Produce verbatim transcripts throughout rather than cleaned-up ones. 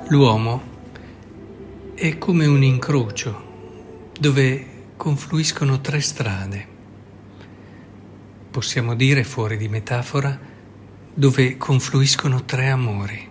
L'uomo è come un incrocio dove confluiscono tre strade. Possiamo dire, fuori di metafora, dove confluiscono tre amori.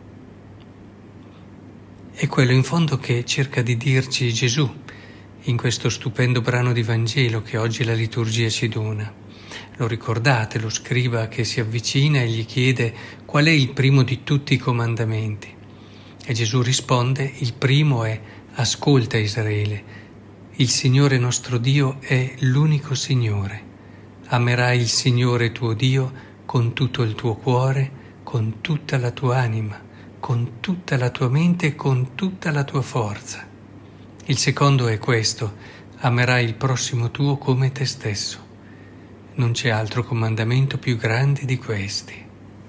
È quello in fondo che cerca di dirci Gesù in questo stupendo brano di Vangelo che oggi la liturgia ci dona. Lo ricordate, lo scriba che si avvicina e gli chiede qual è il primo di tutti i comandamenti. E Gesù risponde: il primo è: ascolta Israele, il Signore nostro Dio è l'unico Signore. Amerai il Signore tuo Dio con tutto il tuo cuore, con tutta la tua anima, con tutta la tua mente e con tutta la tua forza. Il secondo è questo: amerai il prossimo tuo come te stesso. Non c'è altro comandamento più grande di questi.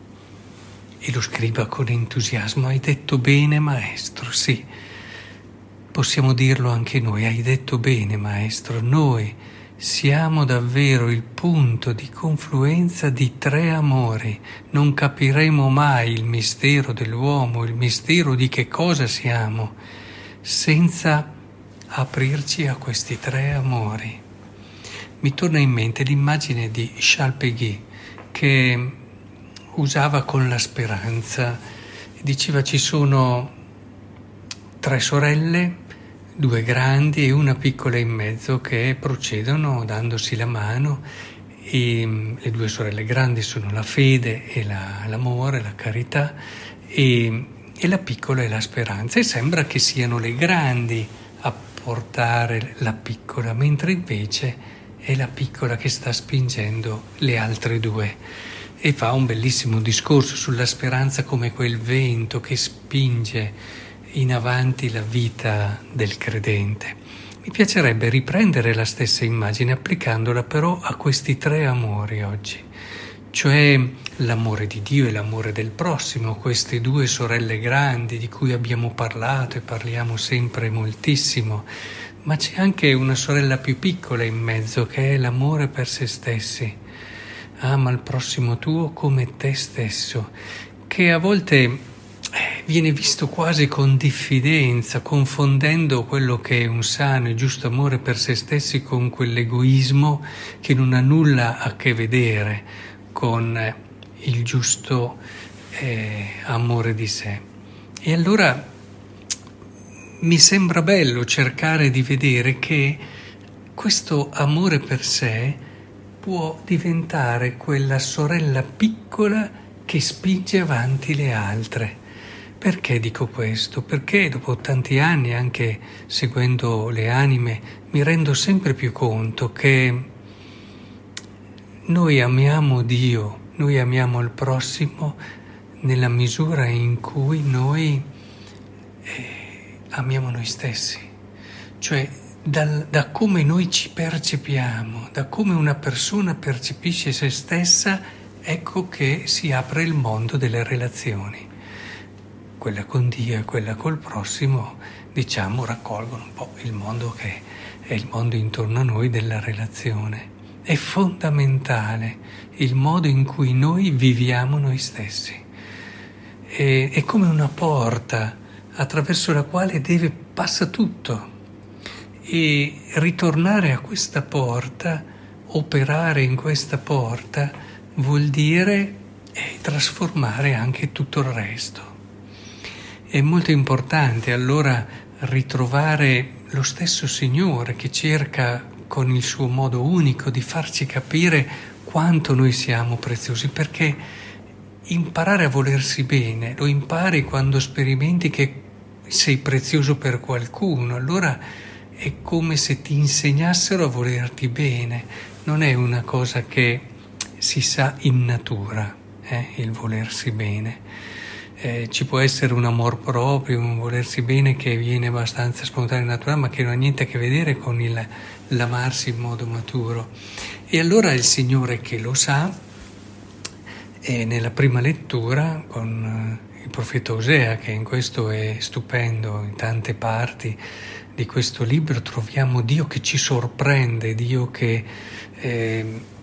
E lo scriba con entusiasmo: hai detto bene, maestro. Sì, possiamo dirlo anche noi: hai detto bene, maestro. Noi siamo davvero il punto di confluenza di tre amori. Non capiremo mai il mistero dell'uomo, il mistero di che cosa siamo, senza aprirci a questi tre amori. Mi torna in mente l'immagine di Charles Péguy che usava con la speranza. Diceva: ci sono tre sorelle, due grandi e una piccola in mezzo, che procedono dandosi la mano. E le due sorelle grandi sono la fede e la, l'amore, la carità, e, e la piccola è la speranza. E sembra che siano le grandi a portare la piccola, mentre invece è la piccola che sta spingendo le altre due. E fa un bellissimo discorso sulla speranza come quel vento che spinge in avanti la vita del credente. Mi piacerebbe riprendere la stessa immagine applicandola però a questi tre amori oggi, cioè l'amore di Dio e l'amore del prossimo, queste due sorelle grandi di cui abbiamo parlato e parliamo sempre moltissimo, ma c'è anche una sorella più piccola in mezzo che è l'amore per se stessi. Ama il prossimo tuo come te stesso, che a volte viene visto quasi con diffidenza, confondendo quello che è un sano e giusto amore per se stessi con quell'egoismo che non ha nulla a che vedere con il giusto eh, amore di sé. E allora mi sembra bello cercare di vedere che questo amore per sé può diventare quella sorella piccola che spinge avanti le altre. Perché dico questo? Perché dopo tanti anni, anche seguendo le anime, mi rendo sempre più conto che noi amiamo Dio, noi amiamo il prossimo nella misura in cui noi eh, amiamo noi stessi. Cioè da, da come noi ci percepiamo, da come una persona percepisce se stessa, ecco che si apre il mondo delle relazioni. Quella con Dio e quella col prossimo, diciamo, raccolgono un po' il mondo che è il mondo intorno a noi della relazione. È fondamentale il modo in cui noi viviamo noi stessi. È, è come una porta attraverso la quale deve passa tutto. E ritornare a questa porta, operare in questa porta, vuol dire eh, trasformare anche tutto il resto. È molto importante allora ritrovare lo stesso Signore che cerca con il suo modo unico di farci capire quanto noi siamo preziosi, perché imparare a volersi bene lo impari quando sperimenti che sei prezioso per qualcuno. Allora è come se ti insegnassero a volerti bene. Non è una cosa che si sa in natura, eh, il volersi bene. Eh, ci può essere un amor proprio, un volersi bene che viene abbastanza spontaneo e naturale, ma che non ha niente a che vedere con il l'amarsi in modo maturo. E allora il Signore, che lo sa, e nella prima lettura con il profeta Osea, che in questo è stupendo, in tante parti di questo libro troviamo Dio che ci sorprende, Dio che eh,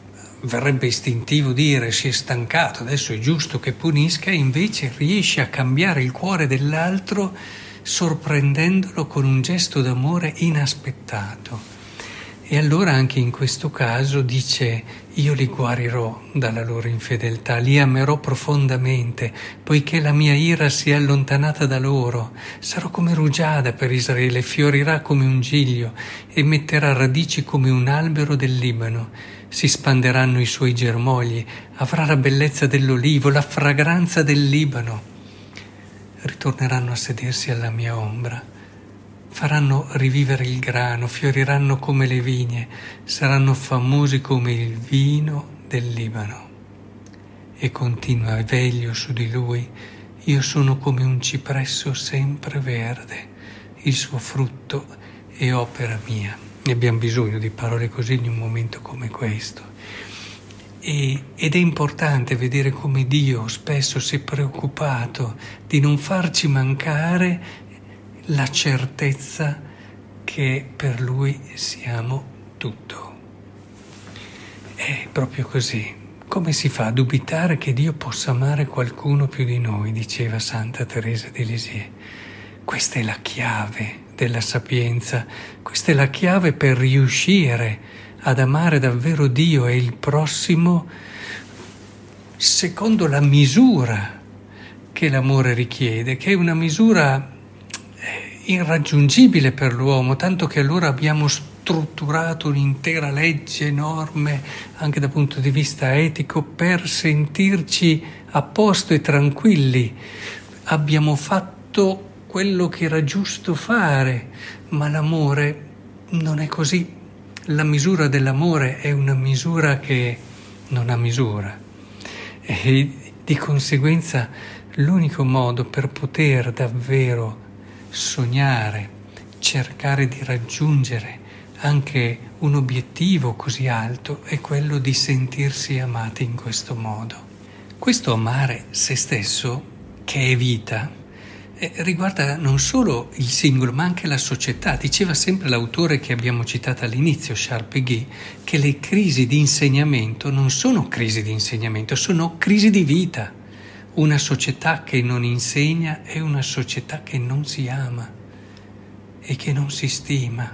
verrebbe istintivo dire si è stancato, adesso è giusto che punisca, e invece riesce a cambiare il cuore dell'altro sorprendendolo con un gesto d'amore inaspettato. E allora anche in questo caso dice: io li guarirò dalla loro infedeltà, li amerò profondamente, poiché la mia ira si è allontanata da loro. Sarò come rugiada per Israele, fiorirà come un giglio e metterà radici come un albero del Libano. Si spanderanno i suoi germogli, avrà la bellezza dell'olivo, la fragranza del Libano. Ritorneranno a sedersi alla mia ombra. Faranno rivivere il grano, fioriranno come le vigne, saranno famosi come il vino del Libano. E continua: veglio su di lui, io sono come un cipresso sempre verde, il suo frutto è opera mia. Ne abbiamo bisogno di parole così in un momento come questo. E, ed è importante vedere come Dio spesso si è preoccupato di non farci mancare la certezza che per Lui siamo tutto. È proprio così. Come si fa a dubitare che Dio possa amare qualcuno più di noi, diceva Santa Teresa di Lisieux. Questa è la chiave della sapienza, questa è la chiave per riuscire ad amare davvero Dio e il prossimo secondo la misura che l'amore richiede, che è una misura irraggiungibile per l'uomo, tanto che allora abbiamo strutturato un'intera legge, norme, anche dal punto di vista etico, per sentirci a posto e tranquilli. Abbiamo fatto quello che era giusto fare, ma l'amore non è così. La misura dell'amore è una misura che non ha misura. E di conseguenza l'unico modo per poter davvero sognare, cercare di raggiungere anche un obiettivo così alto è quello di sentirsi amati in questo modo. Questo amare se stesso, che è vita, eh, riguarda non solo il singolo ma anche la società. Diceva sempre l'autore che abbiamo citato all'inizio, Charles Péguy, che le crisi di insegnamento non sono crisi di insegnamento, sono crisi di vita. Una società che non insegna è una società che non si ama e che non si stima.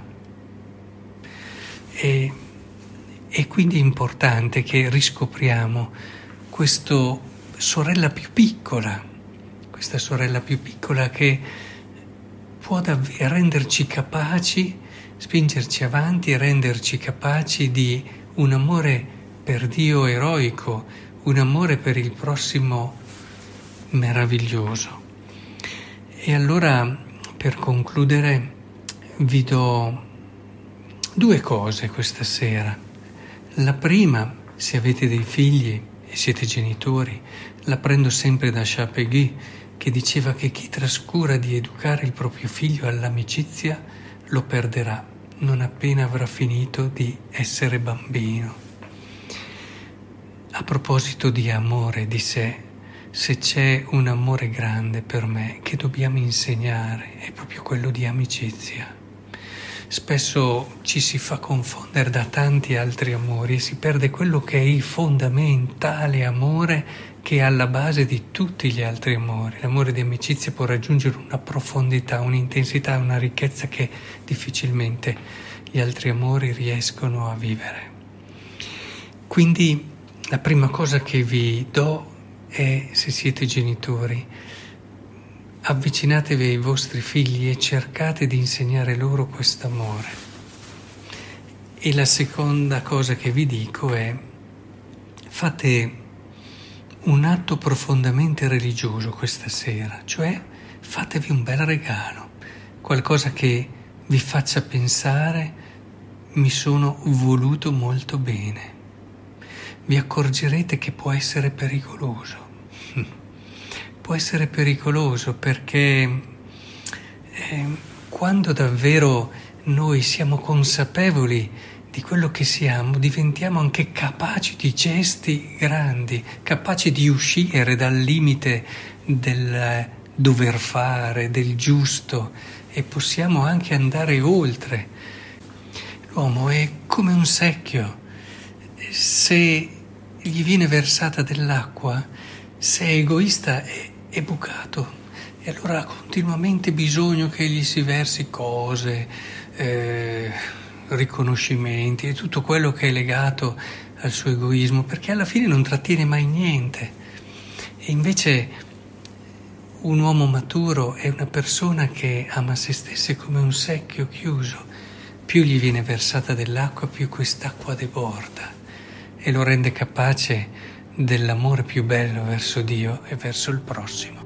E, e quindi è importante che riscopriamo questa sorella più piccola, questa sorella più piccola che può davvero renderci capaci, spingerci avanti e renderci capaci di un amore per Dio eroico, un amore per il prossimo meraviglioso. E allora, per concludere, vi do due cose questa sera. La prima, se avete dei figli e siete genitori, la prendo sempre da Charles Péguy, che diceva che chi trascura di educare il proprio figlio all'amicizia lo perderà non appena avrà finito di essere bambino. A proposito di amore di sé, se c'è un amore grande per me che dobbiamo insegnare è proprio quello di amicizia. Spesso ci si fa confondere da tanti altri amori e si perde quello che è il fondamentale amore che è alla base di tutti gli altri amori. L'amore di amicizia può raggiungere una profondità, un'intensità, una ricchezza che difficilmente gli altri amori riescono a vivere. Quindi la prima cosa che vi do è, se siete genitori, avvicinatevi ai vostri figli e cercate di insegnare loro quest'amore. E la seconda cosa che vi dico è: fate un atto profondamente religioso questa sera, cioè fatevi un bel regalo, qualcosa che vi faccia pensare: mi sono voluto molto bene. Vi accorgerete che può essere pericoloso. Può essere pericoloso perché eh, quando davvero noi siamo consapevoli di quello che siamo, diventiamo anche capaci di gesti grandi, capaci di uscire dal limite del dover fare, del giusto, e possiamo anche andare oltre. L'uomo è come un secchio. Se gli viene versata dell'acqua, se è egoista è, è bucato e allora ha continuamente bisogno che gli si versi cose, eh, riconoscimenti e tutto quello che è legato al suo egoismo, perché alla fine non trattiene mai niente. E invece un uomo maturo è una persona che ama se stessa come un secchio chiuso. Più gli viene versata dell'acqua, più quest'acqua deborda e lo rende capace dell'amore più bello verso Dio e verso il prossimo.